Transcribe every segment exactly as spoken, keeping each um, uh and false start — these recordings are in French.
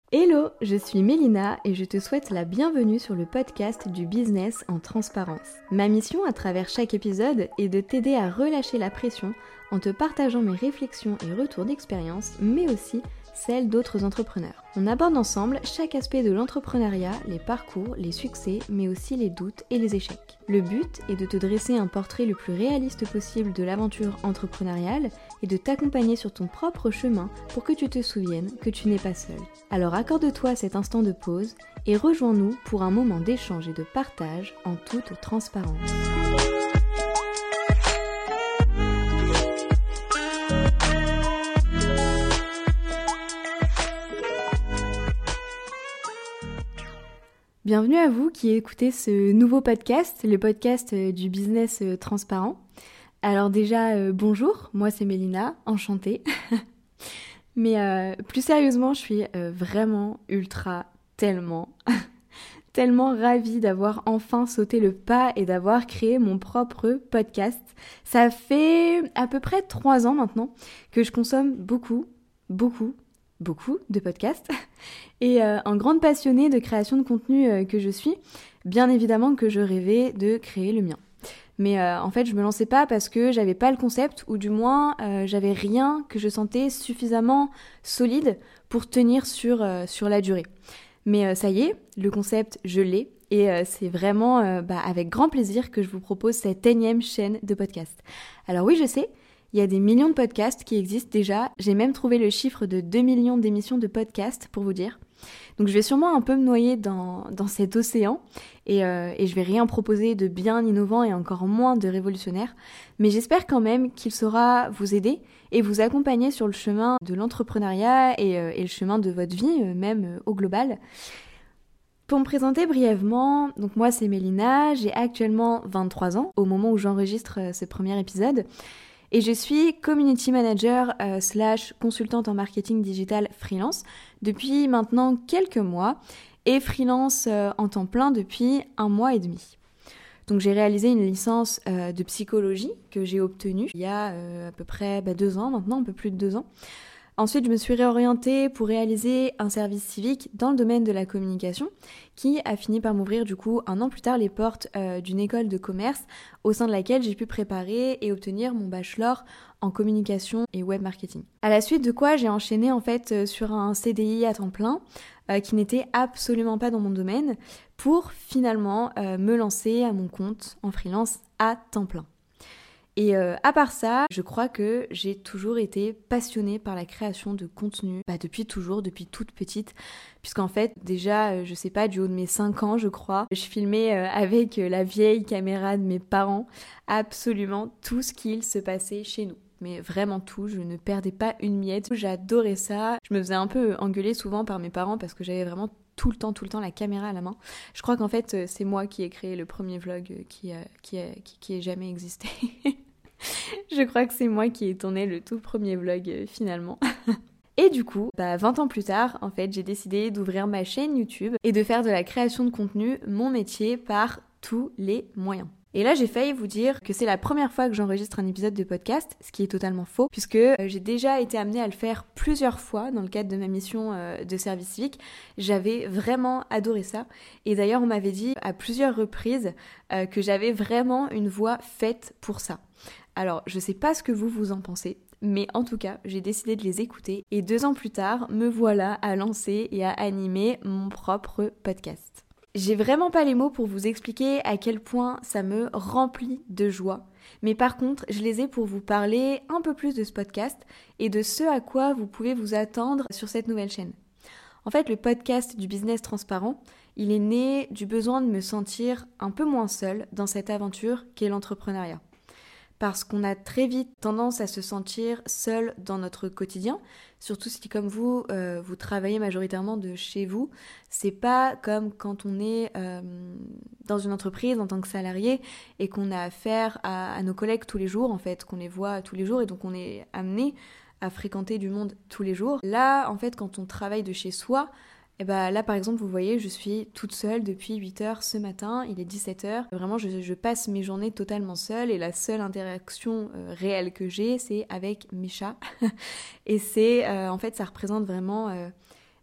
Hello, je suis Mélina et je te souhaite la bienvenue sur le podcast du business en transparence. Ma mission à travers chaque épisode est de t'aider à relâcher la pression en te partageant mes réflexions et retours d'expérience, mais aussi celles d'autres entrepreneurs. On aborde ensemble chaque aspect de l'entrepreneuriat, les parcours, les succès, mais aussi les doutes et les échecs. Le but est de te dresser un portrait le plus réaliste possible de l'aventure entrepreneuriale et de t'accompagner sur ton propre chemin pour que tu te souviennes que tu n'es pas seul. Alors accorde-toi cet instant de pause et rejoins-nous pour un moment d'échange et de partage en toute transparence. Bienvenue à vous qui écoutez ce nouveau podcast, le podcast du business transparent. Alors déjà, euh, bonjour, moi c'est Mélina, enchantée. Mais euh, plus sérieusement, je suis euh, vraiment ultra, tellement, tellement ravie d'avoir enfin sauté le pas et d'avoir créé mon propre podcast. Ça fait à peu près trois ans maintenant que je consomme beaucoup, beaucoup, beaucoup de podcasts. Et euh, en grande passionnée de création de contenu euh, que je suis, bien évidemment que je rêvais de créer le mien. Mais euh, en fait, je me lançais pas parce que j'avais pas le concept, ou du moins, euh, j'avais rien que je sentais suffisamment solide pour tenir sur, euh, sur la durée. Mais euh, ça y est, le concept, je l'ai, et euh, c'est vraiment euh, bah, avec grand plaisir que je vous propose cette énième chaîne de podcast. Alors oui, je sais, il y a des millions de podcasts qui existent déjà, j'ai même trouvé le chiffre de deux millions d'émissions de podcasts, pour vous dire. Donc je vais sûrement un peu me noyer dans, dans cet océan et, euh, et je vais rien proposer de bien innovant et encore moins de révolutionnaire, mais j'espère quand même qu'il saura vous aider et vous accompagner sur le chemin de l'entrepreneuriat et, euh, et le chemin de votre vie, euh, même euh, au global. Pour me présenter brièvement, donc moi c'est Mélina, j'ai actuellement vingt-trois ans au moment où j'enregistre euh, ce premier épisode. Et je suis community manager euh, slash consultante en marketing digital freelance depuis maintenant quelques mois et freelance euh, en temps plein depuis un mois et demi. Donc j'ai réalisé une licence euh, de psychologie que j'ai obtenue il y a euh, à peu près bah, deux ans maintenant, un peu plus de deux ans. Ensuite, je me suis réorientée pour réaliser un service civique dans le domaine de la communication qui a fini par m'ouvrir du coup un an plus tard les portes euh, d'une école de commerce au sein de laquelle j'ai pu préparer et obtenir mon bachelor en communication et web marketing. À la suite de quoi, j'ai enchaîné en fait euh, sur un C D I à temps plein euh, qui n'était absolument pas dans mon domaine pour finalement euh, me lancer à mon compte en freelance à temps plein. Et euh, à part ça, je crois que j'ai toujours été passionnée par la création de contenu, bah depuis toujours, depuis toute petite, puisqu'en fait, déjà, euh, je sais pas, du haut de mes cinq ans, je crois, je filmais euh, avec euh, la vieille caméra de mes parents absolument tout ce qu'il se passait chez nous. Mais vraiment tout, je ne perdais pas une miette, j'adorais ça. Je me faisais un peu engueuler souvent par mes parents parce que j'avais vraiment tout le temps, tout le temps la caméra à la main. Je crois qu'en fait, c'est moi qui ai créé le premier vlog qui a, qui a, qui, qui ait jamais existé. Je crois que c'est moi qui ai tourné le tout premier vlog euh, finalement. Et du coup, bah, vingt ans plus tard, en fait, j'ai décidé d'ouvrir ma chaîne YouTube et de faire de la création de contenu mon métier par tous les moyens. Et là, j'ai failli vous dire que c'est la première fois que j'enregistre un épisode de podcast, ce qui est totalement faux, puisque euh, j'ai déjà été amenée à le faire plusieurs fois dans le cadre de ma mission euh, de service civique. J'avais vraiment adoré ça. Et d'ailleurs, on m'avait dit à plusieurs reprises euh, que j'avais vraiment une voix faite pour ça. Alors, je sais pas ce que vous, vous en pensez, mais en tout cas, j'ai décidé de les écouter et deux ans plus tard, me voilà à lancer et à animer mon propre podcast. J'ai vraiment pas les mots pour vous expliquer à quel point ça me remplit de joie, mais par contre, je les ai pour vous parler un peu plus de ce podcast et de ce à quoi vous pouvez vous attendre sur cette nouvelle chaîne. En fait, le podcast du business transparent, il est né du besoin de me sentir un peu moins seule dans cette aventure qu'est l'entrepreneuriat. Parce qu'on a très vite tendance à se sentir seul dans notre quotidien, surtout si comme vous, euh, vous travaillez majoritairement de chez vous. C'est pas comme quand on est euh, dans une entreprise en tant que salarié et qu'on a affaire à, à nos collègues tous les jours, en fait, qu'on les voit tous les jours et donc on est amené à fréquenter du monde tous les jours. Là, en fait, quand on travaille de chez soi, et bah là par exemple vous voyez je suis toute seule depuis huit heures ce matin, il est dix-sept heures, vraiment je, je passe mes journées totalement seule et la seule interaction euh, réelle que j'ai c'est avec mes chats et c'est euh, en fait ça représente vraiment euh,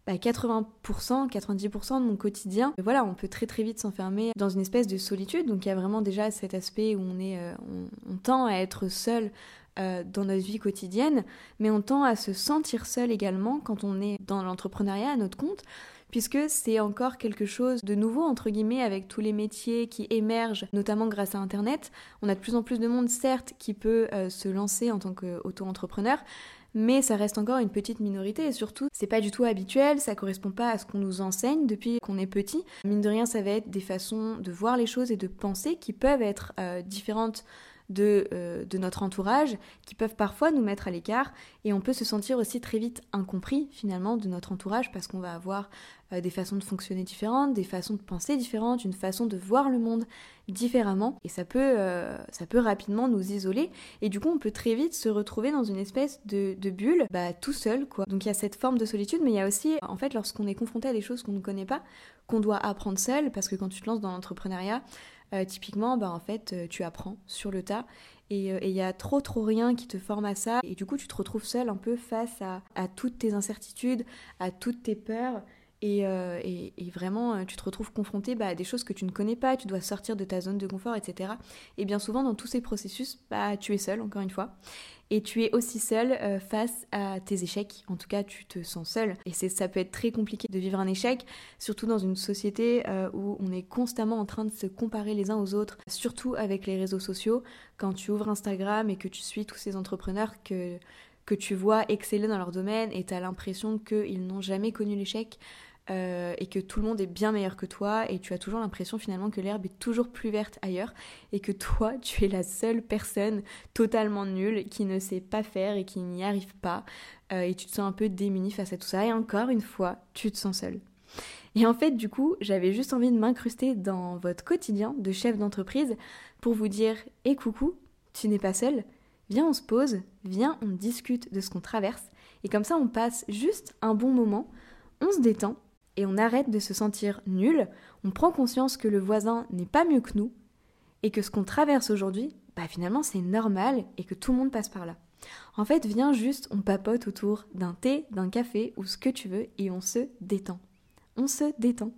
bah, quatre-vingts pour cent, quatre-vingt-dix pour cent de mon quotidien. Et voilà, on peut très très vite s'enfermer dans une espèce de solitude. Donc il y a vraiment déjà cet aspect où on, est, euh, on, on tend à être seul euh, dans notre vie quotidienne, mais on tend à se sentir seul également quand on est dans l'entrepreneuriat à notre compte, puisque c'est encore quelque chose de nouveau, entre guillemets, avec tous les métiers qui émergent, notamment grâce à Internet. On a de plus en plus de monde, certes, qui peut euh, se lancer en tant qu'auto-entrepreneur, mais ça reste encore une petite minorité et surtout, c'est pas du tout habituel, ça correspond pas à ce qu'on nous enseigne depuis qu'on est petit. Mine de rien, ça va être des façons de voir les choses et de penser qui peuvent être euh, différentes de, euh, de notre entourage, qui peuvent parfois nous mettre à l'écart, et on peut se sentir aussi très vite incompris finalement de notre entourage parce qu'on va avoir euh, des façons de fonctionner différentes, des façons de penser différentes, une façon de voir le monde différemment, et ça peut, euh, ça peut rapidement nous isoler, et du coup on peut très vite se retrouver dans une espèce de, de bulle, bah, tout seul quoi. Donc il y a cette forme de solitude, mais il y a aussi en fait lorsqu'on est confronté à des choses qu'on ne connaît pas, qu'on doit apprendre seul, parce que quand tu te lances dans l'entrepreneuriat, Euh, typiquement, bah, en fait, euh, tu apprends sur le tas et il euh, y a trop trop rien qui te forme à ça et du coup tu te retrouves seul un peu face à, à toutes tes incertitudes, à toutes tes peurs et, euh, et, et vraiment tu te retrouves confronté bah, à des choses que tu ne connais pas, tu dois sortir de ta zone de confort, et cetera. Et bien souvent dans tous ces processus, bah, tu es seul encore une fois. Et tu es aussi seul euh, face à tes échecs. En tout cas, tu te sens seul. Et c'est, ça peut être très compliqué de vivre un échec, surtout dans une société euh, où on est constamment en train de se comparer les uns aux autres, surtout avec les réseaux sociaux. Quand tu ouvres Instagram et que tu suis tous ces entrepreneurs que, que tu vois exceller dans leur domaine et tu as l'impression qu'ils n'ont jamais connu l'échec, Euh, et que tout le monde est bien meilleur que toi et tu as toujours l'impression finalement que l'herbe est toujours plus verte ailleurs et que toi tu es la seule personne totalement nulle qui ne sait pas faire et qui n'y arrive pas euh, et tu te sens un peu démunie face à tout ça et encore une fois tu te sens seule. Et en fait du coup j'avais juste envie de m'incruster dans votre quotidien de chef d'entreprise pour vous dire « Hé hey, coucou, tu n'es pas seule, viens on se pose, viens on discute de ce qu'on traverse et comme ça on passe juste un bon moment, on se détend et on arrête de se sentir nul, on prend conscience que le voisin n'est pas mieux que nous et que ce qu'on traverse aujourd'hui, bah finalement c'est normal et que tout le monde passe par là. En fait, viens juste, on papote autour d'un thé, d'un café ou ce que tu veux et on se détend. On se détend.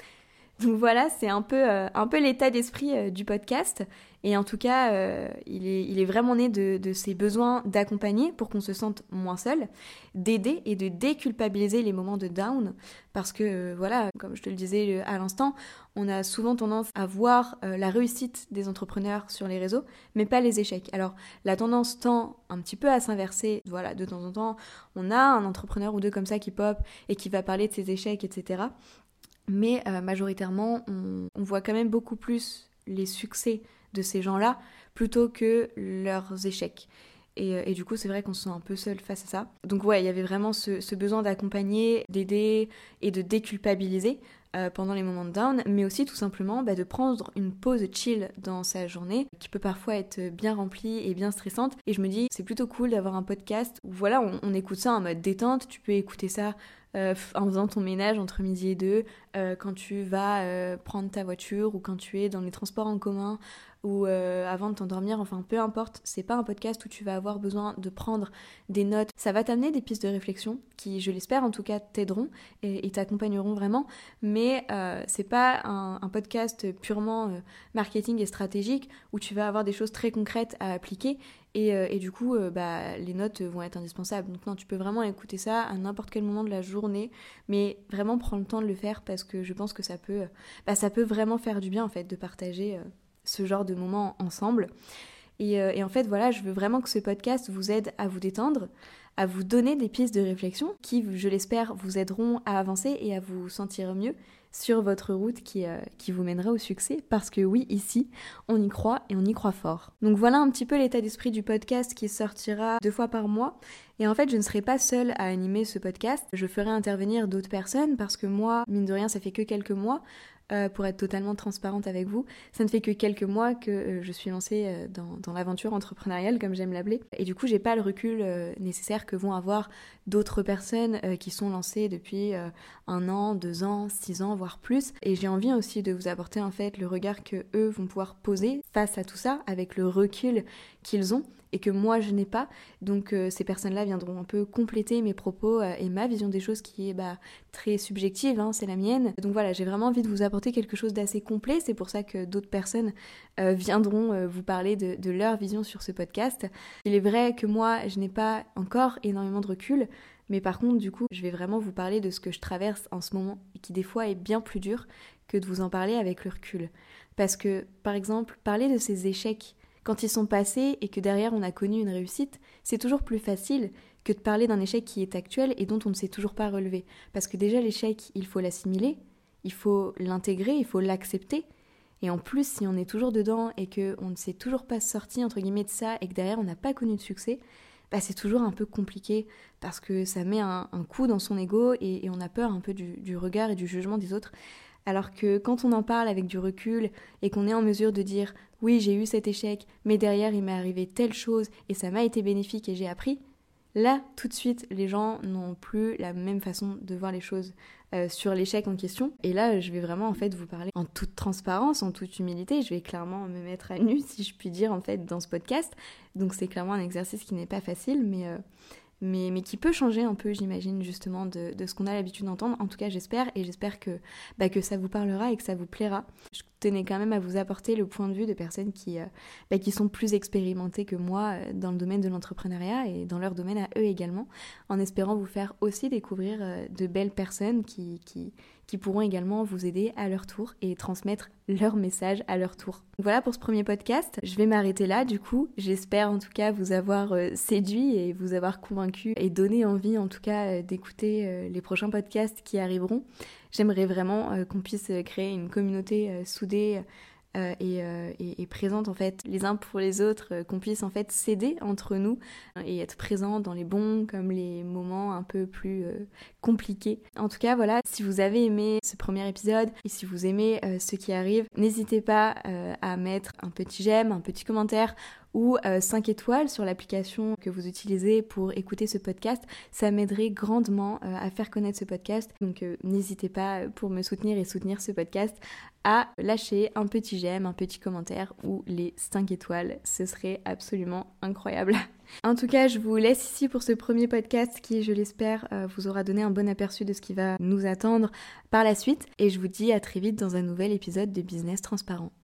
Donc voilà, c'est un peu, euh, un peu l'état d'esprit euh, du podcast. Et en tout cas, euh, il, est, il est vraiment né de, de ces besoins d'accompagner pour qu'on se sente moins seul, d'aider et de déculpabiliser les moments de down. Parce que, euh, voilà, comme je te le disais à l'instant, on a souvent tendance à voir euh, la réussite des entrepreneurs sur les réseaux, mais pas les échecs. Alors, la tendance tend un petit peu à s'inverser. Voilà, de temps en temps, on a un entrepreneur ou deux comme ça qui pop et qui va parler de ses échecs, et cetera. Mais euh, majoritairement, on, on voit quand même beaucoup plus les succès de ces gens-là plutôt que leurs échecs. Et, et du coup, c'est vrai qu'on se sent un peu seul face à ça. Donc ouais, il y avait vraiment ce, ce besoin d'accompagner, d'aider et de déculpabiliser euh, pendant les moments de down, mais aussi tout simplement bah, de prendre une pause chill dans sa journée, qui peut parfois être bien remplie et bien stressante. Et je me dis, c'est plutôt cool d'avoir un podcast où voilà, on, on écoute ça en mode détente, tu peux écouter ça Euh, en faisant ton ménage entre midi et deux, euh, quand tu vas euh, prendre ta voiture ou quand tu es dans les transports en commun ou euh, avant de t'endormir, enfin peu importe, c'est pas un podcast où tu vas avoir besoin de prendre des notes. Ça va t'amener des pistes de réflexion qui, je l'espère en tout cas, t'aideront et, et t'accompagneront vraiment, mais euh, c'est pas un, un podcast purement euh, marketing et stratégique où tu vas avoir des choses très concrètes à appliquer. Et, euh, et du coup, euh, bah, les notes vont être indispensables. Donc non, tu peux vraiment écouter ça à n'importe quel moment de la journée, mais vraiment prends le temps de le faire parce que je pense que ça peut, bah, ça peut vraiment faire du bien en fait de partager euh, ce genre de moments ensemble. Et, euh, et en fait, voilà, je veux vraiment que ce podcast vous aide à vous détendre, à vous donner des pistes de réflexion qui, je l'espère, vous aideront à avancer et à vous sentir mieux sur votre route qui, euh, qui vous mènera au succès, parce que oui, ici, on y croit et on y croit fort. Donc voilà un petit peu l'état d'esprit du podcast qui sortira deux fois par mois. Et en fait, je ne serai pas seule à animer ce podcast. Je ferai intervenir d'autres personnes parce que moi, mine de rien, ça fait que quelques mois. Euh, pour être totalement transparente avec vous, ça ne fait que quelques mois que euh, je suis lancée euh, dans, dans l'aventure entrepreneuriale, comme j'aime l'appeler. Et du coup, j'ai pas le recul euh, nécessaire que vont avoir d'autres personnes euh, qui sont lancées depuis euh, un an, deux ans, six ans, voire plus. Et j'ai envie aussi de vous apporter en fait le regard que eux vont pouvoir poser face à tout ça, avec le recul qu'ils ont. et que moi je n'ai pas. Donc euh, ces personnes-là viendront un peu compléter mes propos euh, et ma vision des choses qui est bah, très subjective, hein, c'est la mienne. Donc voilà, j'ai vraiment envie de vous apporter quelque chose d'assez complet. C'est pour ça que d'autres personnes euh, viendront euh, vous parler de, de leur vision sur ce podcast. Il est vrai que moi, je n'ai pas encore énormément de recul, mais par contre, du coup, je vais vraiment vous parler de ce que je traverse en ce moment et qui des fois est bien plus dur que de vous en parler avec le recul. Parce que, par exemple, parler de ces échecs, quand ils sont passés et que derrière on a connu une réussite, c'est toujours plus facile que de parler d'un échec qui est actuel et dont on ne s'est toujours pas relevé. Parce que déjà, l'échec, il faut l'assimiler, il faut l'intégrer, il faut l'accepter. Et en plus, si on est toujours dedans et qu'on ne s'est toujours pas sorti, entre guillemets, de ça et que derrière on n'a pas connu de succès, bah c'est toujours un peu compliqué parce que ça met un, un coup dans son ego et, et on a peur un peu du, du regard et du jugement des autres. Alors que quand on en parle avec du recul et qu'on est en mesure de dire « oui, j'ai eu cet échec, mais derrière il m'est arrivé telle chose et ça m'a été bénéfique et j'ai appris », là, tout de suite, les gens n'ont plus la même façon de voir les choses euh, sur l'échec en question. Et là, je vais vraiment en fait vous parler en toute transparence, en toute humilité. Je vais clairement me mettre à nu, si je puis dire, en fait, dans ce podcast. Donc c'est clairement un exercice qui n'est pas facile, mais... Euh, Mais, mais qui peut changer un peu, j'imagine, justement, de, de ce qu'on a l'habitude d'entendre. En tout cas, j'espère, et j'espère que, bah, que ça vous parlera et que ça vous plaira. Je tenais quand même à vous apporter le point de vue de personnes qui, euh, bah, qui sont plus expérimentées que moi euh, dans le domaine de l'entrepreneuriat et dans leur domaine à eux également, en espérant vous faire aussi découvrir euh, de belles personnes qui, qui, qui pourront également vous aider à leur tour et transmettre leur message à leur tour. Voilà pour ce premier podcast. Je vais m'arrêter là du coup. J'espère en tout cas vous avoir euh, séduit et vous avoir convaincu et donné envie en tout cas euh, d'écouter euh, les prochains podcasts qui arriveront. J'aimerais vraiment euh, qu'on puisse créer une communauté euh, soudée euh, et, euh, et, et présente en fait les uns pour les autres, euh, qu'on puisse en fait s'aider entre nous euh, et être présent dans les bons comme les moments un peu plus euh, compliqués. En tout cas voilà, si vous avez aimé ce premier épisode et si vous aimez euh, ce qui arrive, n'hésitez pas euh, à mettre un petit j'aime, un petit commentaire ou euh, cinq étoiles sur l'application que vous utilisez pour écouter ce podcast. Ça m'aiderait grandement euh, à faire connaître ce podcast. Donc euh, n'hésitez pas, pour me soutenir et soutenir ce podcast, à lâcher un petit j'aime, un petit commentaire ou les cinq étoiles. Ce serait absolument incroyable. En tout cas, je vous laisse ici pour ce premier podcast qui, je l'espère, euh, vous aura donné un bon aperçu de ce qui va nous attendre par la suite. Et je vous dis à très vite dans un nouvel épisode de Business Transparent.